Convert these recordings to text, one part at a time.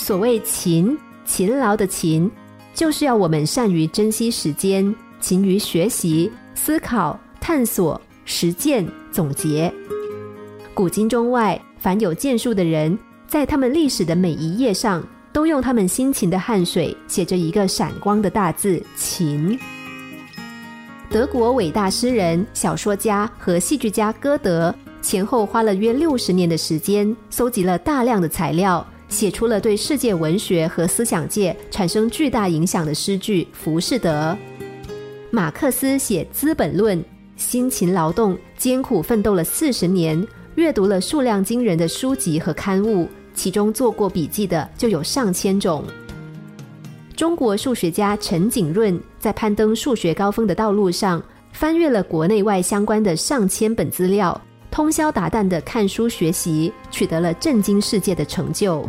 所谓勤劳的勤，就是要我们善于珍惜时间，勤于学习、思考、探索、实践、总结。古今中外，凡有建树的人，在他们历史的每一页上，都用他们辛勤的汗水写着一个闪光的大字勤。德国伟大诗人、小说家和戏剧家歌德前后花了约60年的时间，搜集了大量的材料，写出了对世界文学和思想界产生巨大影响的诗句《浮士德》。马克思写《资本论》，辛勤劳动、艰苦奋斗了40年，阅读了数量惊人的书籍和刊物，其中做过笔记的就有上千种。中国数学家陈景润在攀登数学高峰的道路上，翻阅了国内外相关的上千本资料，通宵达旦地看书学习，取得了震惊世界的成就。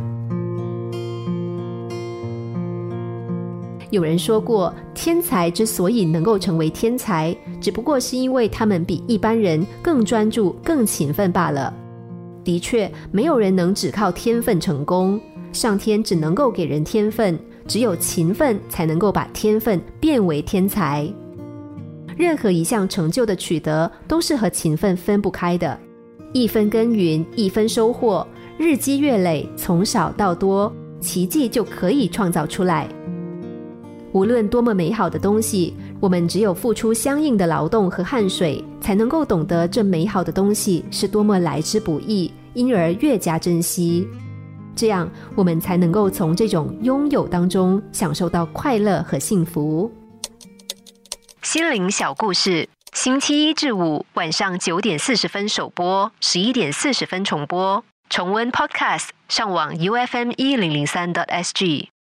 有人说过，天才之所以能够成为天才，只不过是因为他们比一般人更专注、更勤奋罢了。的确，没有人能只靠天分成功，上天只能够给人天分，只有勤奋才能够把天分变为天才。任何一项成就的取得都是和勤奋分不开的，一分耕耘一分收获，日积月累，从少到多，奇迹就可以创造出来。无论多么美好的东西，我们只有付出相应的劳动和汗水，才能够懂得这美好的东西是多么来之不易，因而越加珍惜。这样我们才能够从这种拥有当中享受到快乐和幸福。心灵小故事，星期1至5晚上9点40分首播，11点40分重播。重温 Podcast， 上网 UFM1003.SG。